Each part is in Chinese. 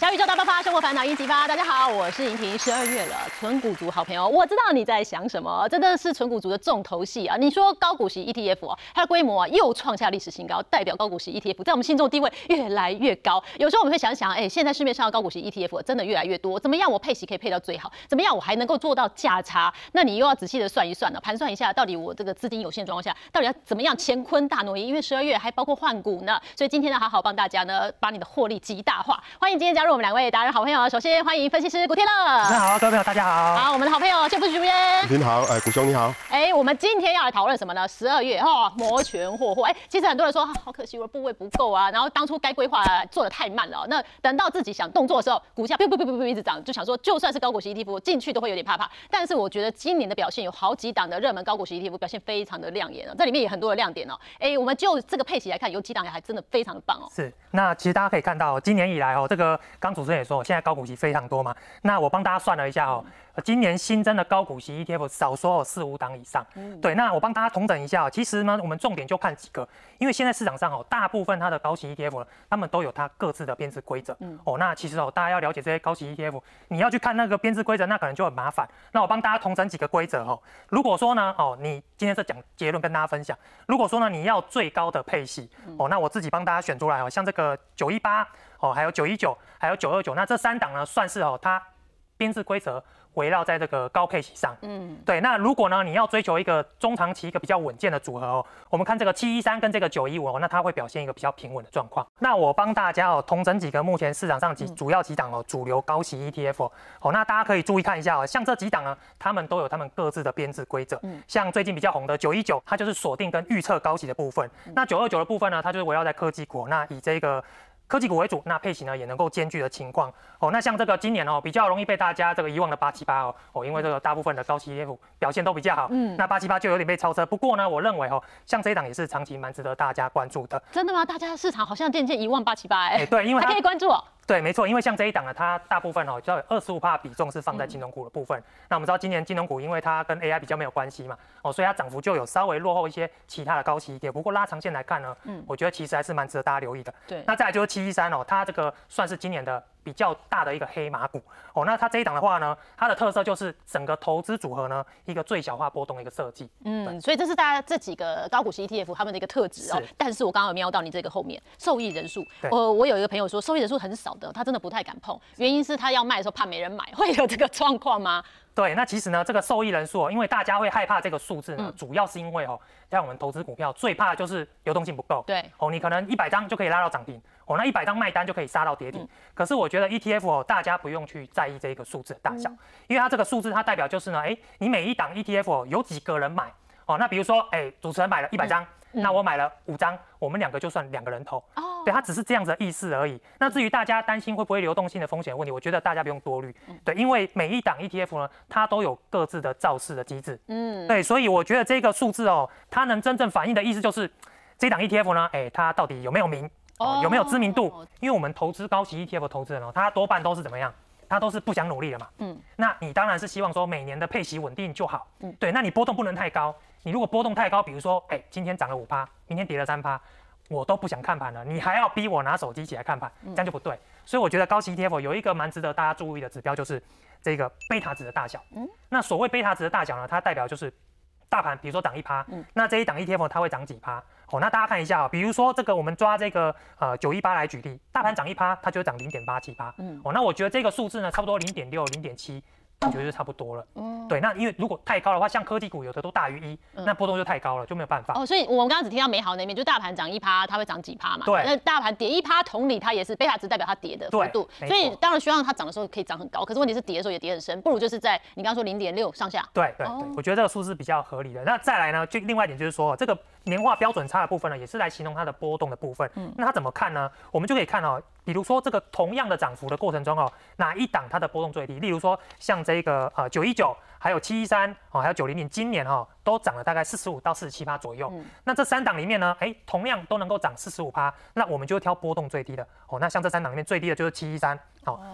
小宇宙大爆发，生活烦恼一激发。大家好，我是莹婷。12月了，存股族好朋友，我知道你在想什么，真的是存股族的重头戏啊！你说高股息 ETF 啊，它的规模啊又创下历史新高，代表高股息 ETF 在我们心中地位越来越高。有时候我们会想想，现在市面上的高股息 ETF 真的越来越多，怎么样我配息可以配到最好？怎么样我还能够做到价差？那你又要仔细的算一算呢，盘算一下，到底我这个资金有限状况下，到底要怎么样乾坤大挪移？因为12月还包括换股呢，所以今天呢，好好帮大家呢，把你的获利极大化。欢迎今天加入我们2位达人好朋友，首先欢迎分析师古天乐。 大家好，各位朋友大家好。 好，我们的好朋友谢富主编。 您好，古兄你好。 我们今天要来讨论什么呢？12月摩拳霍霍。其实很多人说好可惜，我的部位不够啊，然后当初该规划做得太慢了。那等到自己想动作的时候，股价不一直涨，就想说就算是高股息 ETF 进去都会有点怕怕。但是我觉得今年的表现有好几档的热门高股息 ETF 表现非常的亮眼哦，这里面也很多的亮点哦。我们就这个配息来看，有几档还真的非常的棒哦。 是，那其实大家可以看到，今年以来这个刚主持人也说，现在高股息非常多嘛。那我帮大家算了一下今年新增的高股息 ETF 少说有4、5档以上。对，那我帮大家统整一下，其实呢，我们重点就看几个，因为现在市场上大部分它的高息 ETF 他们都有它各自的编制规则。那其实大家要了解这些高息 ETF， 你要去看那个编制规则，那可能就很麻烦。那我帮大家统整几个规则如果说呢你今天是讲结论跟大家分享，如果说呢你要最高的配息那我自己帮大家选出来像这个918还有919，还有929，那这3档呢算是它编制规则围绕在这个高配息上。对。那如果呢你要追求一个中长期一个比较稳健的组合我们看这个713跟这个915那它会表现一个比较平稳的状况。那我帮大家统整几个目前市场上主要几档主流高息 ETF那大家可以注意看一下像这几档呢，他们都有他们各自的编制规则。像最近比较红的919，它就是锁定跟预测高息的部分。那929的部分呢，它就是围绕在科技股，那以这个科技股为主，那配息呢也能够兼具的情况那像这个今年比较容易被大家这个遗忘的878因为这个大部分的高息 ETF 表现都比较好，那878就有点被超车。不过呢，我认为像这一档也是长期蛮值得大家关注的。 真的吗？大家市场好像渐渐遗忘878 对，因为还可以关注对，没错，因为像这一档呢，它大部分就有25%比重是放在金融股的部分。那我们知道今年金融股因为它跟 AI 比较没有关系嘛所以它涨幅就有稍微落后一些其他的高息 ETF。不过拉长线来看呢，我觉得其实还是蛮值得大家留意的。 对。 那再来就是713它这个算是今年的比较大的一个黑马股那它这一档的话呢，它的特色就是整个投资组合呢一个最小化波动的一个设计。 所以这是大家这几个高股息 ETF 他们的一个特质但是我刚刚有瞄到你这个后面受益人数，我有一个朋友说受益人数很少的，他真的不太敢碰，原因是他要卖的时候怕没人买，会有这个状况吗？ 对，那其实呢，这个受益人数因为大家会害怕这个数字呢，主要是因为在我们投资股票最怕的就是流动性不够。 对， 你可能100张就可以拉到涨停，那100张卖单就可以杀到跌停。可是我觉得 ETF 大家不用去在意这个数字的大小，因为它这个数字它代表就是呢，你每一档 ETF 有几个人买那比如说主持人买了100张。那我买了5张，我们2个就算2个人投对，它只是这样子的意思而已。那至于大家担心会不会流动性的风险问题，我觉得大家不用多虑。对，因为每一档 ETF 呢，它都有各自的造势的机制。对，所以我觉得这个数字它能真正反映的意思就是这档 ETF 呢，它到底有没有名有没有知名度？因为我们投资高息 ETF 的投资人他多半都是怎么样？他都是不想努力的嘛。那你当然是希望说每年的配息稳定就好。对，那你波动不能太高。你如果波动太高，比如说，今天涨了5%，明天跌了3%，我都不想看盘了，你还要逼我拿手机起来看盘，这样就不对。所以我觉得高息 ETF 有一个蛮值得大家注意的指标，就是这个贝塔值的大小。那所谓贝塔值的大小呢，它代表就是大盘，比如说涨1%，那这一档 ETF 它会涨几%？那大家看一下比如说这个我们抓这个918来举例，大盘涨1%，它就会涨0.878%。那我觉得这个数字呢，差不多0.6、0.7。我觉得就差不多了。对，那因为如果太高的话，像科技股有的都大于1，那波动就太高了，就没有办法。 所以我们刚刚只听到美好那一面，就大盘涨1%，它会涨几%嘛？ 对。 那大盘跌1%，同理它也是贝塔值代表它跌的幅度，所以当然希望它涨的时候可以涨很高，可是问题是跌的时候也跌很深，不如就是在你刚刚说0.6上下。 对，我觉得这个数字比较合理的。那再来呢，就另外一点就是说，这个年化标准差的部分呢，也是来形容它的波动的部分。那它怎么看呢？我们就可以看比如说这个同样的涨幅的过程中哪一档它的波动最低？例如说像这个919，还有713还有900，今年都涨了大概45%到47%左右。那这3档里面呢，同样都能够涨45%，那我们就挑波动最低的那像这3档里面最低的就是713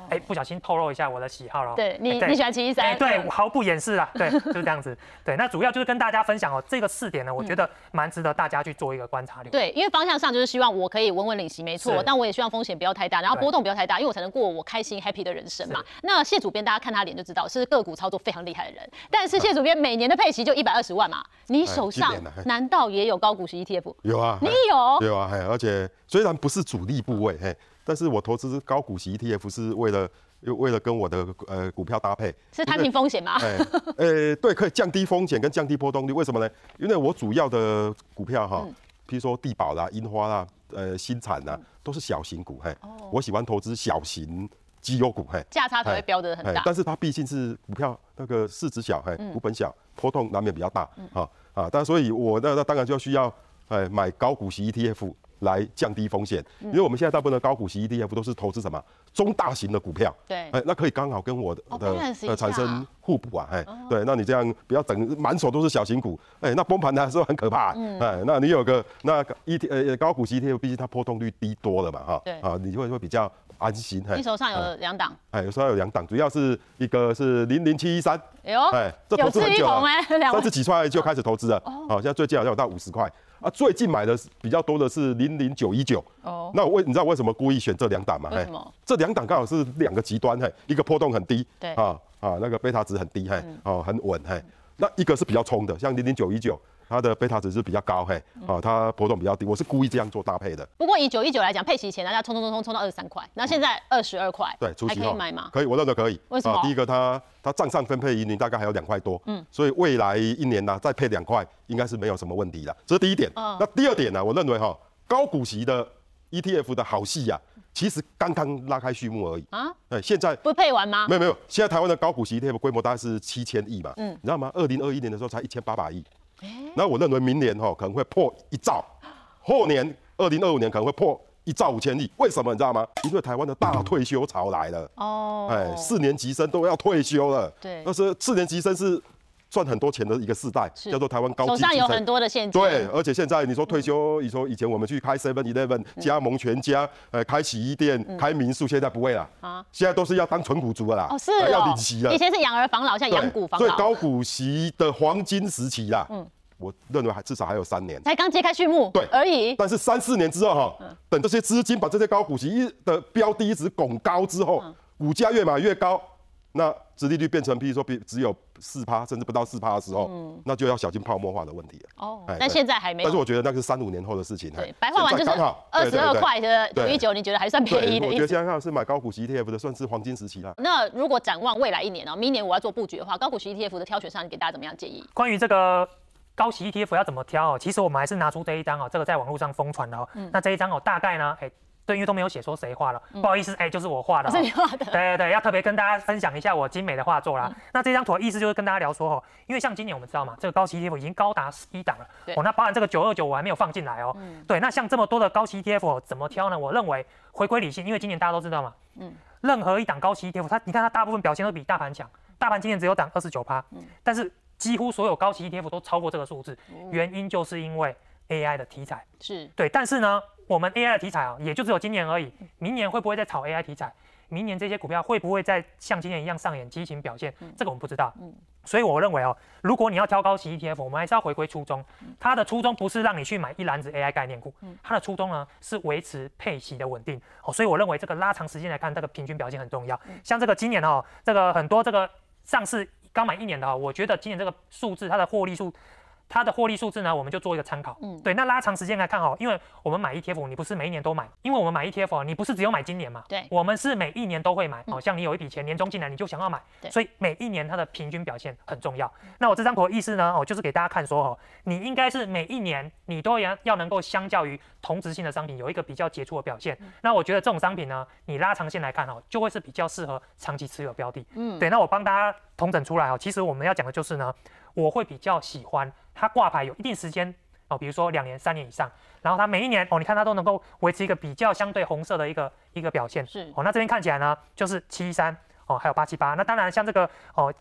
不小心透露一下我的喜好了。 对你喜欢713？ 对，毫不掩饰啦。对，就是这样子。对，那主要就是跟大家分享哦，这个4点呢，我觉得蛮值得大家去做一个观察的。 对，因为方向上就是希望我可以稳稳领息，没错，但我也希望风险不要太大，然后波动不要太大，因为我才能过我开心 happy 的人生嘛。那谢主编，大家看他脸就知道是个股操作非常厉害的人，但是谢主编每年的配息就120万嘛，你手上难道也有高股息 ETF？ 有啊， 你有？ 有啊，而且虽然不是主力部位，但是我投资高股息 ETF 是为了跟我的股票搭配， 是摊平风险吗？ 对，可以降低风险跟降低波动率。为什么呢？因为我主要的股票譬如说地保啦、樱花啦、新产啦，都是小型股，我喜欢投资小型绩优股， 价差才会标得很大。 但是它毕竟是股票那个市值小，股本小，波动难免比较大，但所以我那当然就需要买高股息 ETF。来降低风险，因为我们现在大部分的高股息 ETF 都是投资什么中大型的股票， 对， 那可以刚好跟我的产生互补啊，对，那你这样不要整满手都是小型股，那崩盘的时候很可怕，那你有个那高股息 ETF， 毕竟它波动率低多了嘛， 对， 你会比较安心。 你手上有2档， 有时候有2档，主要是一个是00713， 这投资很久了 ，30几块就开始投资了，现在最近好像有到50块。最近买的比较多的是00919。那你知道为什么故意选这2档吗？ 为什么？ 这2档刚好是2个极端，一个波动很低， 对那个贝塔值很低，很稳，那一个是比较冲的，像00919。它的贝塔值是比较高，它波动比较低，我是故意这样做搭配的。 不过以919来讲，配息前大家冲到23块，那现在22块， 对， 还可以买吗？ 可以，我认为可以。 为什么？ 第一个，它账上分配盈余大概还有2块多，所以未来1年呢，再配2块，应该是没有什么问题的。这是第一点。那第二点呢，我认为高股息的 ETF 的好戏呀，其实刚刚拉开序幕而已啊。现在不配完吗？ 没有，现在台湾的高股息 ETF 规模大概是7000亿嘛，你知道吗？2021年的时候才1800亿。那我认为明年可能会破1兆，后年2025年可能会破1兆5000亿。为什么你知道吗？因为台湾的大退休潮来了。4年级生都要退休了。 对， 那是4年级生是赚很多钱的一个世代，叫做台湾高级。 手上有很多的现金。 对，而且现在你说退休，你说以前我们去开 7-Eleven、加盟全家、开洗衣店、开民宿，现在不会了现在都是要当纯股族了啦。 是要领息了。 以前是养儿防老，现在养股防老。 所以高股息的黄金时期啦。我认为至少还有3年， 才刚揭开序幕， 对而已。 但是3-4年之后等这些资金把这些高股息的标的一直拱高之后，股价越买越高，那殖利率变成譬如说只有4%甚至不到4%的时候，那就要小心泡沫化的问题了。 但现在还没有。 但是我觉得那是3-5年后的事情。 对，白话文就是22块的919，你觉得还算便宜的意思？ 我觉得现在是买高股息 ETF 的算是黄金时期了。 那如果展望未来1年明年我要做布局的话，高股息 ETF 的挑选上，你给大家怎么样建议？ 关于这个高息 ETF 要怎么挑其实我们还是拿出这一张这个在网络上疯传的那这一张大概呢，对，因为都没有写说谁画了，不好意思，就是我画的。 是你画的。 对，要特别跟大家分享一下我精美的画作啦。那这张图的意思就是跟大家聊说因为像今年我们知道嘛，这个高息 ETF 已经高达11档了，那包含这个929我还没有放进来对，那像这么多的高息 ETF 怎么挑呢？我认为回归理性，因为今年大家都知道嘛，任何一档高息 ETF， 你看它大部分表现都比大盘强，大盘今年只有涨29%，但是几乎所有高息 ETF 都超过这个数字，原因就是因为 AI 的题材是对，但是呢，我们 AI 的题材也就只有今年而已，明年会不会再炒 AI 题材？明年这些股票会不会再像今年一样上演激情表现？这个我们不知道。所以我认为如果你要挑高息 ETF， 我们还是要回归初衷。它的初衷不是让你去买一篮子 AI 概念股，它的初衷呢是维持配息的稳定。所以我认为这个拉长时间来看，这个平均表现很重要。像这个今年这个很多这个上市刚满1年的我觉得今年这个数字它的获利数字呢，我们就做一个参考。对，那拉长时间来看因为我们买 ETF， 你不是每1年都买，因为我们买 ETF 你不是只有买今年嘛， 对， 我们是每1年都会买。像你有一笔钱年终进来，你就想要买，所以每1年它的平均表现很重要。那我这张图的意思呢，就是给大家看说你应该是每1年你都要能够相较于同质性的商品有一个比较杰出的表现。那我觉得这种商品呢，你拉长线来看就会是比较适合长期持有标的。对，那我帮大家统整出来其实我们要讲的就是呢，我会比较喜欢它挂牌有一定时间比如说2年、3年以上，然后它每1年你看它都能够维持一个比较相对红色的一个表现。 是那这边看起来呢，就是713还有878。那当然像这个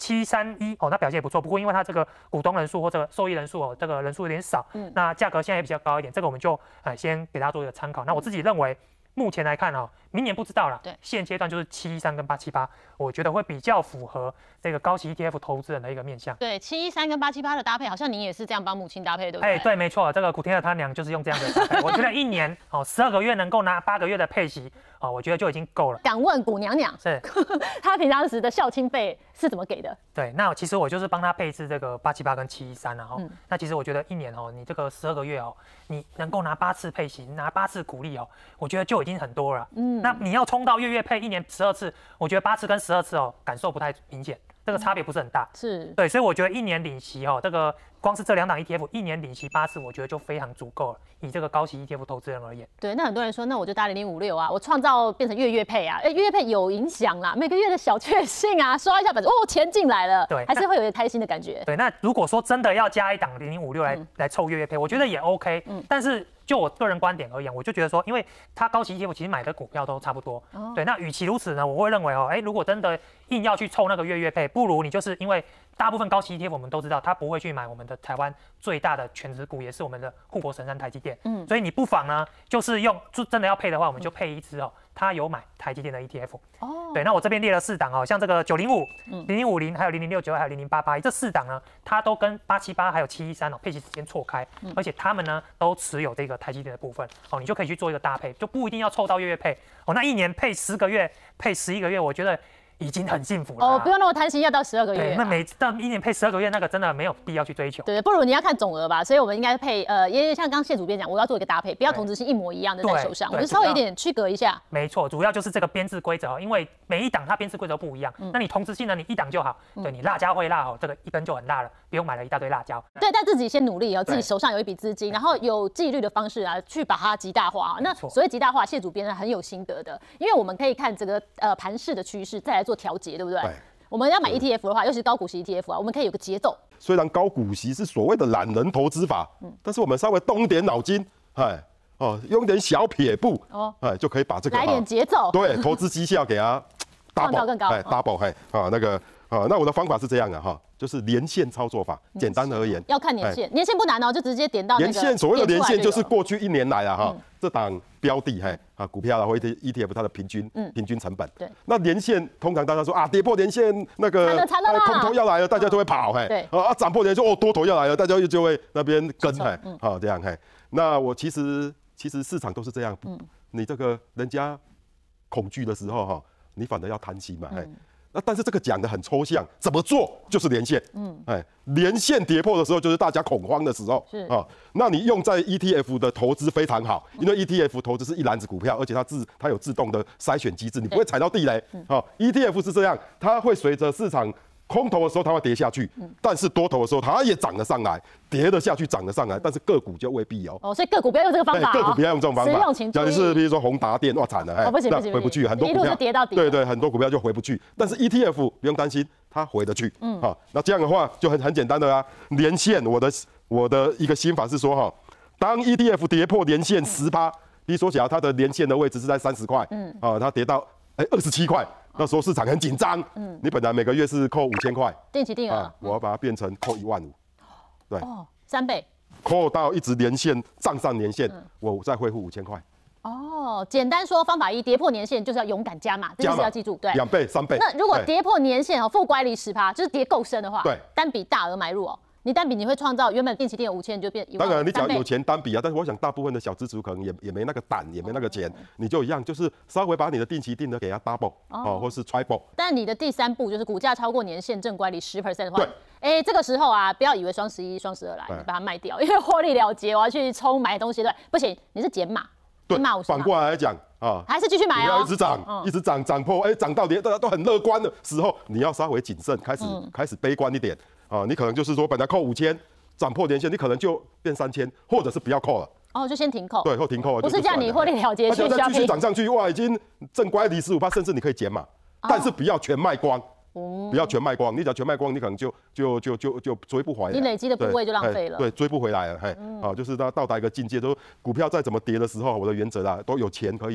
731它表现也不错，不过因为它这个股东人数或者受益人数这个人数有点少，那价格现在也比较高一点，这个我们就先给大家做一个参考。那我自己认为目前来看明年不知道啦。 对， 现阶段就是713跟878，我觉得会比较符合这个高息 ETF 投资人的一个面向。 对，713跟878的搭配，好像您也是这样帮母亲搭配，对不对？ 对，没错，这个古天乐他娘就是用这样的搭配。我觉得1年12个月能够拿8个月的配息我觉得就已经够了。 敢问古娘娘， 是她平常时的孝亲费是怎么给的？ 对，那其实我就是帮他配置这个878跟713啊。那其实我觉得1年你这个12个月你能够拿8次配息，拿8次股利我觉得就已经很多了。那你要冲到月月配，1年12次，我觉得8次跟12次感受不太明显，这个差别不是很大。 是对，所以我觉得1年领息这个光是这2档 ETF 1年领息8次，我觉得就非常足够了。以这个高息 ETF 投资人而言， 对，那很多人说，那我就搭0056啊，我创造变成月月配啊，月月配有影响啦，每个月的小确幸啊，刷一下本子，钱进来了， 对， 还是会有点开心的感觉。 对，那如果说真的要加一档0056来凑月月配，我觉得也 OK。但是就我个人观点而言，我就觉得说，因为它高息 ETF 其实买的股票都差不多，对，那与其如此呢，我会认为如果真的硬要去凑那个月月配，不如你就是因为大部分高息 ETF 我们都知道，它不会去买我们的台湾最大的全职股，也是我们的护国神山台积电。所以你不妨呢，就是就真的要配的话，我们就配一支它有买台积电的 ETF。对，那我这边列了4档像这个905、0050，还有0069，还有0088，这4档呢，它都跟878还有713配息时间错开，而且他们呢都持有这个台积电的部分。你就可以去做一个搭配，就不一定要凑到月月配。那1年配10个月，配11个月，我觉得已经很幸福了。 不用那么贪心，要到12个月。 那到1年配12个月，那个真的没有必要去追求。 对，不如你要看总额吧。所以我们应该配也像刚谢主编讲，我要做一个搭配，不要同质性一模一样的在手上，我就稍微一点区隔一下。 没错，主要就是这个编制规则因为每一档它编制规则不一样。那你同质性呢，你1档就好。对，你辣椒会辣这个1根就很辣了，不用买了一大堆辣椒。 对，但自己先努力自己手上有一笔资金，然后有纪律的方式去把它极大化。那所谓极大化，谢主编很有心得的，因为我们可以看整个盘势的趋势，再来做调节，对不对？我们要买 ETF 的话，尤其是高股息 ETF 我们可以有个节奏。 虽然高股息是所谓的懒人投资法，但是我们稍微动点脑筋，用点小撇步，就可以把这个来点节奏， 对，投资绩效给它 double 更高 ，double， 那我的方法是这样的就是连线操作法，简单而言， 要看年限，年限不难就直接点到年限。所谓的年限就是过去1年来这档标的股票或 ETF 它的平均成本。对，那年限通常大家说跌破年限那个空头要来了，大家就会跑对， 涨破年限多头要来了，大家就会那边跟这样那我其实市场都是这样，你这个人家恐惧的时候你反而要贪心嘛但是这个讲得很抽象，怎么做就是连线。连线跌破的时候，就是大家恐慌的时候。那你用在 ETF 的投资非常好，因为 ETF 投资是一篮子股票，而且它有自动的筛选机制，你不会踩到地雷。ETF 是这样，它会随着市场空头的时候它会跌下去，但是多头的时候它也涨了上来，跌了下去涨了上来，但是个股就未必所以个股不要用这个方法， 个股不要用这种方法。 实用请注意。 尤其是比如说宏达电，哇惨了， 不行， 回不去，很多股票跌到底。 对，很多股票就回不去。但是 ETF 不用担心，它回得去。那这样的话就很简单的啦。连线，我的一个心法是说当 ETF 跌破连线10%，比如说假如它的连线的位置是在30块，它跌到27块。那时候市场很紧张，你本来每个月是扣5000块， 定期定额， 我要把它变成扣15000，对 ，3倍， 扣到一直连线账上年限，我再恢复5000块。 简单说，方法1，跌破年限就是要勇敢加码，这是要记住，对 ，2倍、3倍。 那如果跌破年限负乖离10%，就是跌够深的话， 对， 单笔大额买入你单笔你会创造原本定期定额5000，你就变1万。 当然，你只要有钱单笔但是我想大部分的小资族可能也没那个胆，也没那个钱，你就一样，就是稍微把你的定期定额给它 double 或是 triple。 但你的第3步就是股价超过年限正乖离10%的话，这个时候不要以为双11、双12来，你把它卖掉，因为获利了结，我要去冲买东西，对，不行，你是减码，减码50%。 反过来讲还是继续买要一直涨，一直涨，涨破涨到大家都很乐观的时候，你要稍微谨慎，开始悲观一点你可能就是说本来扣5000。涨破年线，你可能就变3000，或者是不要扣了。 就先停扣。 对，或停扣了。 不是叫你获利了结去再继续涨上去，哇，已经正乖离15%，甚至你可以减码，但是不要全卖光。不要全卖光，你只要全卖光，你可能就追不回来。 你累积的部位就浪费了。 对，追不回来了。就是它到达一个境界，都股票再怎么跌的时候，我的原则都有钱可以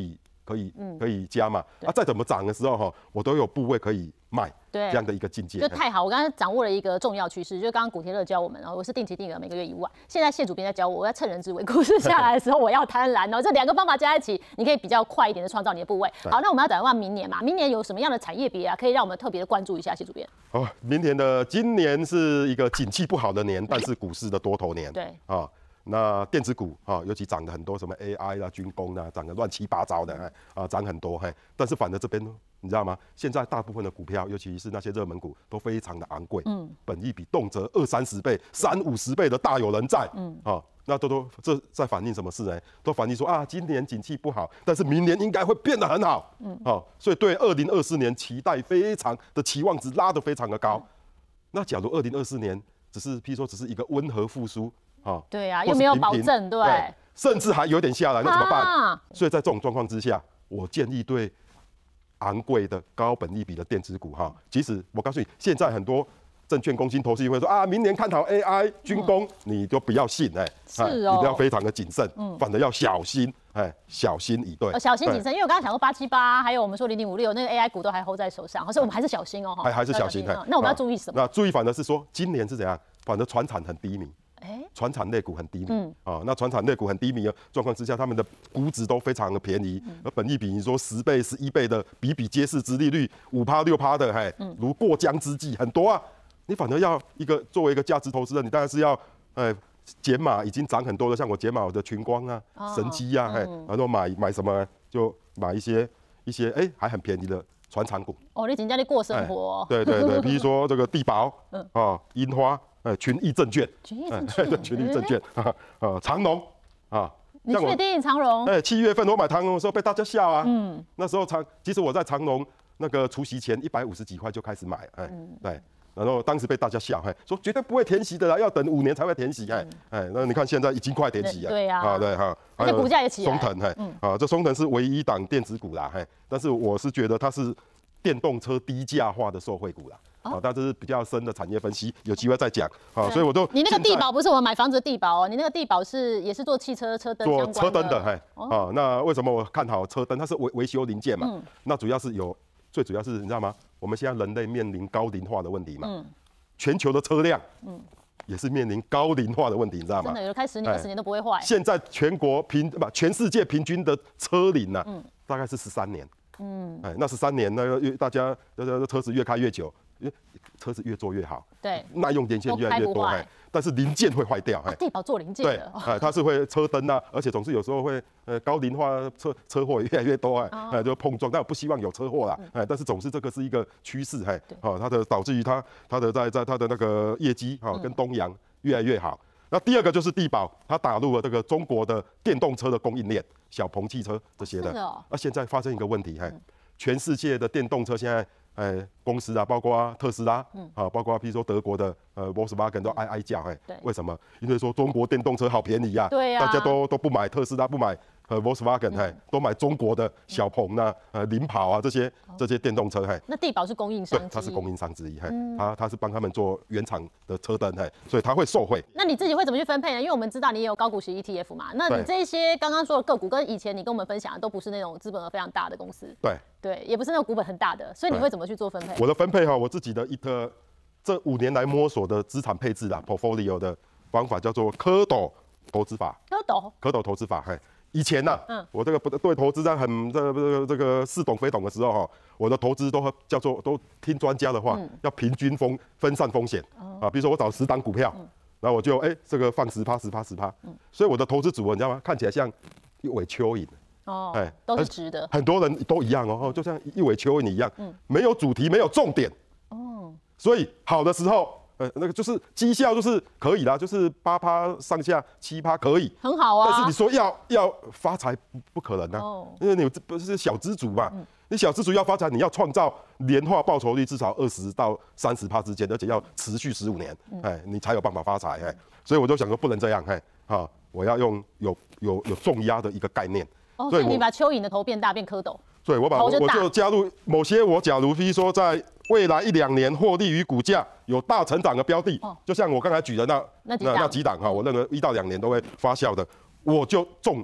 可以加嘛。再怎么涨的时候哈，我都有部位可以卖。 对， 这样的一个境界就太好。我刚刚掌握了一个重要趋势，就是刚刚古天乐教我们哦，我是定期定额每个月1万。现在谢主编在教我要趁人之危，股市下来的时候我要贪婪哦。这2个方法加在一起，你可以比较快一点的创造你的部位。好，那我们要展望明年嘛，明年有什么样的产业别啊，可以让我们特别的关注一下？谢主编。 哦，今年是一个景气不好的年，但是股市的多头年。 对啊。那电子股啊，尤其涨了很多，什么 AI 啦、军工啦，涨得乱七八糟的，涨很多，但是反正这边你知道吗？现在大部分的股票，尤其是那些热门股，都非常的昂贵，本益比动辄20-30倍、30-50倍的大有人在，那这在反映什么事呢？都反映说啊，今年景气不好，但是明年应该会变得很好，所以对2024年期待非常的期望值拉得非常的高。那假如2024年譬如说只是一个温和复苏。 对啊，又没有保证，对， 甚至还有点下来，那怎么办？所以在这种状况之下，我建议对昂贵的高本益比的电子股即使我告诉你，现在很多证券公司、投资会说啊，明年看好 AI、军工，你就不要信，你要非常的谨慎，反正要小心，小心以对。 小心谨慎，因为我刚刚讲过878，还有我们说0056那个 AI 股都还 hold 在手上，所以我们还是小心哦， 还是小心。 那我们要注意什么？ 那注意反而是说，今年是怎样？反正传产很低迷。传产类股很低迷，那传产类股很低迷的状况之下，他们的估值都非常的便宜，而本益比你说10倍、11倍的比比皆是，殖利率5%、6%的，如过江之鲫，很多啊。你反而要作为一个价值投资人，你当然是要减码已经涨很多的，像我减码我的群光啊、神基啊，然后买什么就买一些还很便宜的传产股。 哦，你真的过生活。 对，比如说这个地保樱花。群益证券，群益证券长荣啊， 你确定长荣 ？7月份我买长荣的时候被大家笑啊，那时候其实我在长荣那个除息前150几块就开始买，对，然后当时被大家笑，说绝对不会填息的啦，要等5年才会填息，那你看现在已经快填息了， 对啊， 对而且股价也起来， 松腾，这松腾是唯一一档电子股啦，但是我是觉得它是电动车低价化的受惠股啦。但这是比较深的产业分析，有机会再讲所以我都你那个地保不是我们买房子的地保哦，你那个地保也是做汽车车灯相关的。 做车灯的，那为什么我看好车灯？它是维修零件嘛，那最主要是你知道吗？我们现在人类面临高龄化的问题嘛，全球的车辆也是面临高龄化的问题，你知道吗？ 真的有开10年、20年都不会坏。 现在全世界平均的车龄呢，大概是13年。那13年呢，大家车子越开越久。车子越做越好，对，耐用年限越来越多，但是零件会坏掉。 地保做零件的， 对，它是会车灯啊，而且总是有时候会高龄化车祸也越来越多，就碰撞，但我不希望有车祸啦，但是总是这个是一个趋势，它的导致于它的在它的那个业绩跟东阳越来越好。那第二个就是地保，它打入了这个中国的电动车的供应链，小鹏汽车这些的。那现在发生一个问题，全世界的电动车现在。公司啊，包括特斯拉，包括譬如说德国的Volkswagen 都哀叫，为什么？因为说中国电动车好便宜呀，对呀，大家都不买特斯拉，不买Volkswagen，都买中国的小鹏啊、领跑啊这些电动车， 那地保是供应商之一， 对，它是供应商之一，它是帮他们做原厂的车灯，所以它会受惠。 那你自己会怎么去分配呢？因为我们知道你也有高股息 ETF 嘛，那你这些刚刚说的个股跟以前你跟我们分享的都不是那种资本额非常大的公司，对，也不是那种股本很大的，所以你会怎么去做分配？ 我的分配我自己的这5年来摸索的资产配置啦 ，portfolio 的方法叫做蝌蚪投资法。蝌蚪投资法，以前呢，我这个对投资在这个似懂非懂的时候我的投资都听专家的话，要平均分散风险比如说我找10档股票，然后我就这个放10%，所以我的投资组合你知道吗？看起来像一尾蚯蚓。 都是直的， 很多人都一样就像一尾蚯蚓一样，没有主题，没有重点，所以好的时候，那个就是绩效就是可以啦，就是8%上下7%可以， 很好啊。 但是你说要发财不可能啊，因为你不是小资族嘛，你小资族要发财，你要创造年化报酬率至少20%到30%之间，而且要持续15年，你才有办法发财，所以我就想说不能这样，我要用有重压的一个概念。 所以你把蚯蚓的头变大变蝌蚪， 所以我就加入某些假如比如说在未来1-2年获利于股价有大成长的标的，就像我刚才举的那几档我认为1到2年都会发酵的，我就重压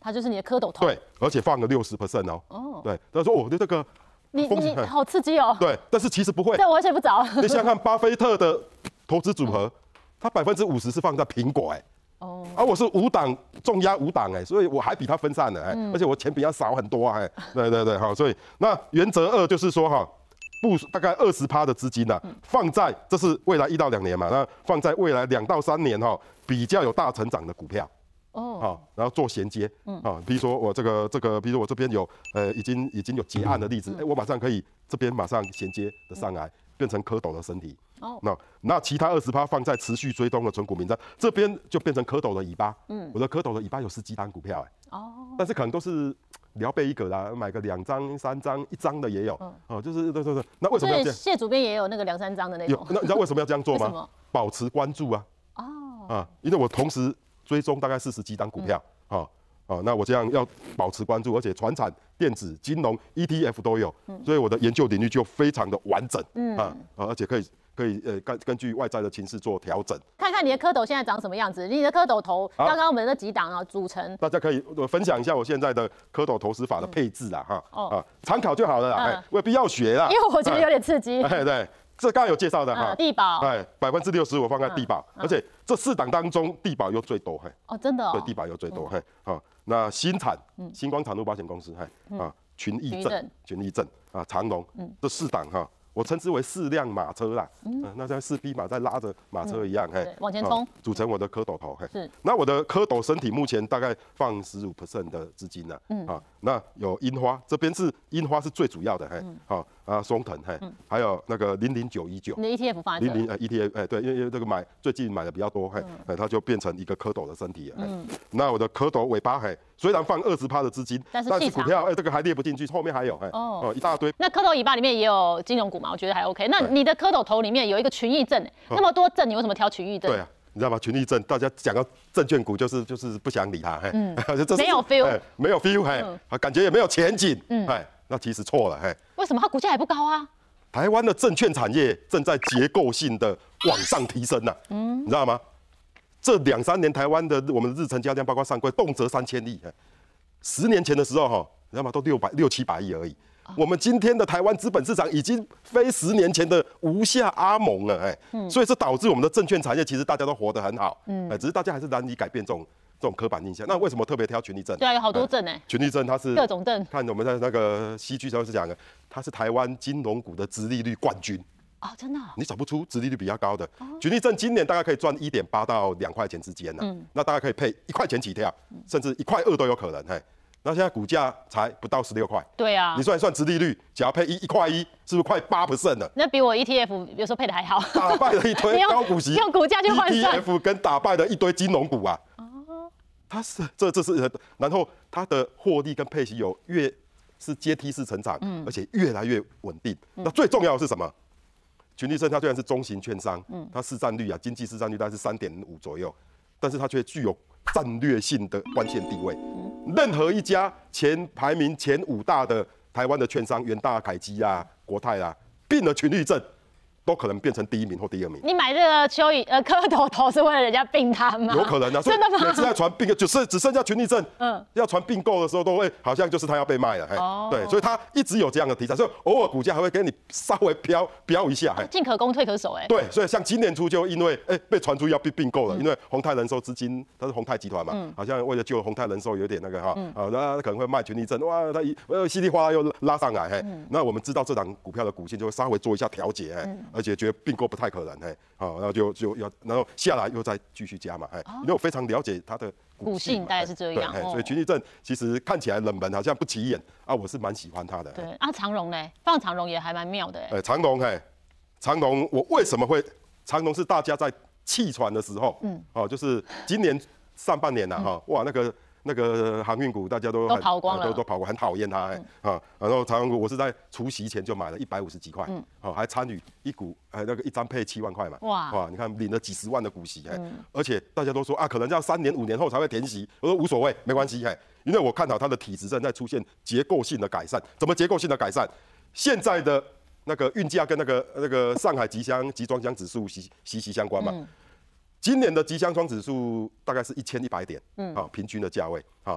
它就是你的蝌蚪头。 对，而且放了60%哦。哦，对，他说这个你好刺激哦。 对，但是其实不会。 对，我睡不着。 你想想看，巴菲特的投资组合，他50%是放在苹果哦，而我是5档重压5档所以我还比他分散了而且我钱比他少很多对，好，所以那原则2就是说部署大概20%的资金放在这是未来1到2年嘛，那放在未来2到3年比较有大成长的股票。然后做衔接，比如说我这个，比如说我这边有已经有结案的例子，我马上可以这边马上衔接的上来，变成蝌蚪的身体。那其他20%放在持续追踪的存股名单，这边就变成蝌蚪的尾巴。我的蝌蚪的尾巴有10几档股票但是可能都是聊备一格啦，买个2张、3张、1张的也有。就是对。那为什么要这样？ 谢主编也有那个2、3张的那种。 那你知道为什么要这样做吗？ 为什么？ 保持关注因为我同时追踪大概40几档股票，那我这样要保持关注，而且传产、电子、金融、ETF 都有，所以我的研究领域就非常的完整，而且可以根据外在的情势做调整。 看看你的蝌蚪现在长什么样子，你的蝌蚪头刚刚我们那几档组成， 大家可以分享一下我现在的蝌蚪投资法的配置参考就好了啦，未必要学啦， 因为我觉得有点刺激。 对。这刚刚有介绍的地保 ，60%我放在地保，而且这4档当中地保又最多真的对，地保又最多那新产星光产物保险公司群益证长荣这4档我称之为4辆马车啦，那像4匹马在拉着马车一样， 往前冲， 组成我的蝌蚪头， 是。 那我的蝌蚪身体目前大概放15%的资金了，那有樱花，这边是樱花是最主要的，松藤，还有那个00919， 你的 ETF 放在这 ETF，对，因为这个最近买的比较多，它就变成一个蝌蚪的身体了，那我的蝌蚪尾巴，虽然放20%的资金，但是股票，这个还列不进去，后面还有，一大堆。 那蝌蚪尾巴里面也有金融股嘛？我觉得还 OK。那你的蝌蚪头里面有一个群益证，那么多证，你为什么挑群益证？ 对啊，你知道吗？群益证，大家讲到证券股就是不想理它， 没有 feel， 没有 feel，感觉也没有前景，那其实错了， 为什么它股价也不高啊？ 台湾的证券产业正在结构性的往上提升你知道吗？这2、3年台湾的我们的日成交量，包括上柜，动辄3000亿，10年前的时候你知道吗？都600、700亿而已。我们今天的台湾资本市场已经非10年前的无下阿蒙了，所以这导致我们的证券产业其实大家都活得很好，只是大家还是难以改变这种刻板印象。那为什么特别挑群益证？ 对啊，有好多证群益证它是各种证， 看我们在那个西区时候是讲的，它是台湾金融股的殖利率冠军。 真的你找不出殖利率比较高的群益证，今年大概可以赚1.8到2块钱之间那大概可以配1块钱起跳，甚至1.2块都有可能那现在股价才不到16块， 对啊， 你算一算殖利率，只要配1.1块，是不是快8% 了？ 那比我 ETF 有时候配的还好， 打败了一堆高股息， 用股价去换算 ETF 跟打败了一堆金融股它是这是，然后它的获利跟配息是阶梯式成长，而且越来越稳定。那最重要的是什么？群益证它虽然是中型券商，它市占率经济市占率大概是3.5左右，但是它却具有战略性的关键地位。任何一家排名前5大的台湾的券商，元大、凯基国泰并了群益证，都可能变成第1名或第2名。 你买这个蝌蚪头是为了人家并它吗？ 有可能真的吗？ 每次在传并购，只剩下群益证，要传并购的时候都会好像就是它要被卖了，对，所以它一直有这样的题材，所以偶尔股价还会给你稍微飙一下， 进可攻退可守， 对，所以像今年初就因为被传出要并购了，因为宏泰人寿资金它是宏泰集团嘛，好像为了救宏泰人寿有点那个那可能会卖群益证，哇，它稀里哗啦又拉上来，那我们知道这档股票的股性就会稍微做一下调节，而且觉得并购不太可能，然后就要，然后下来又再继续加嘛，因为我非常了解它的股性，大概是这样， 所以群益证其实看起来冷门，好像不起眼我是蛮喜欢它的。 对长荣呢，放长荣也还蛮妙的。 长荣我为什么会长荣是大家在气喘的时候，就是今年上半年哇那个航运股大家都跑光了， 都跑光，很讨厌它然后长荣股我是在除息前就买了150几块，还参与一股一张配7万块嘛，哇，你看领了几10万的股息，而且大家都说可能要3年5年后才会填息，我说无所谓，没关系，因为我看到它的体质正在出现结构性的改善。怎么结构性的改善？现在的那个运价跟那个上海集装箱指数息息相关嘛。今年的集装箱指数大概是1100点，平均的价位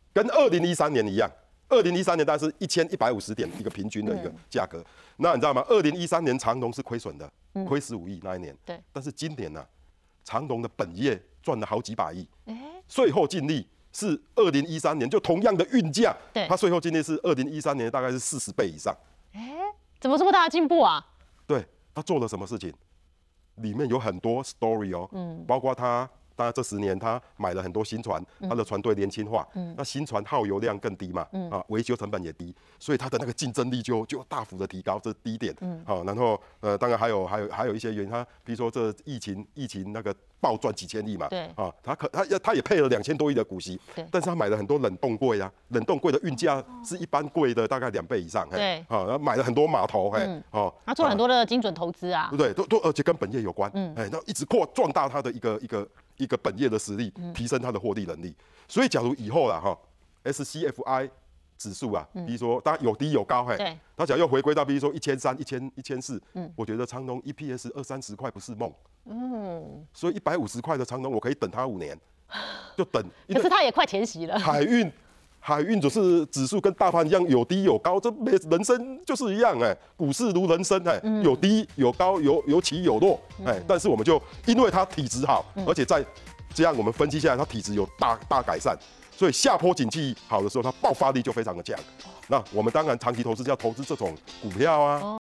跟2013年一样。2013年大概是1150点一个平均的一个价格。那你知道吗？2013年长荣是亏损的，亏15亿那一年。 对。 但是今年呢，长荣的本业赚了好几百亿，税后净利是2013年就同样的运价，它税后净利是2013年大概是40倍以上。 怎么这么大的进步啊？ 对，他做了什么事情？里面有很多 story 哦，包括他。当然，这10年他买了很多新船，他的船队年轻化，那新船耗油量更低嘛，维修成本也低，所以他的那个竞争力就大幅的提高，这是第一点。好，然后当然还有一些原因，他比如说这疫情那个暴赚几千亿嘛， 对啊，他也配了2000多亿的股息，但是他买了很多冷冻柜啊，冷冻柜的运价是一般柜的大概2倍以上， 对， 啊，然后买了很多码头， 他做了很多的精准投资啊， 对，都而且跟本业有关，然后一直壮大他的一个本业的实力，提升它的获利能力。所以，假如以后啦SCFI 指数啊，比如说当然有低有高，它假如又回归到比如说1300、1400，我觉得长荣 EPS 20-30块不是梦，所以150块的长荣我可以等它5年，就等。 可是它也快填息了。 海运就是指数跟大盘一样有低有高，这人生就是一样股市如人生有低有高有起有落但是我们就因为它体质好，而且在这样我们分析下来，它体质有大改善，所以下波景气好的时候，它爆发力就非常的强。那我们当然长期投资要投资这种股票啊。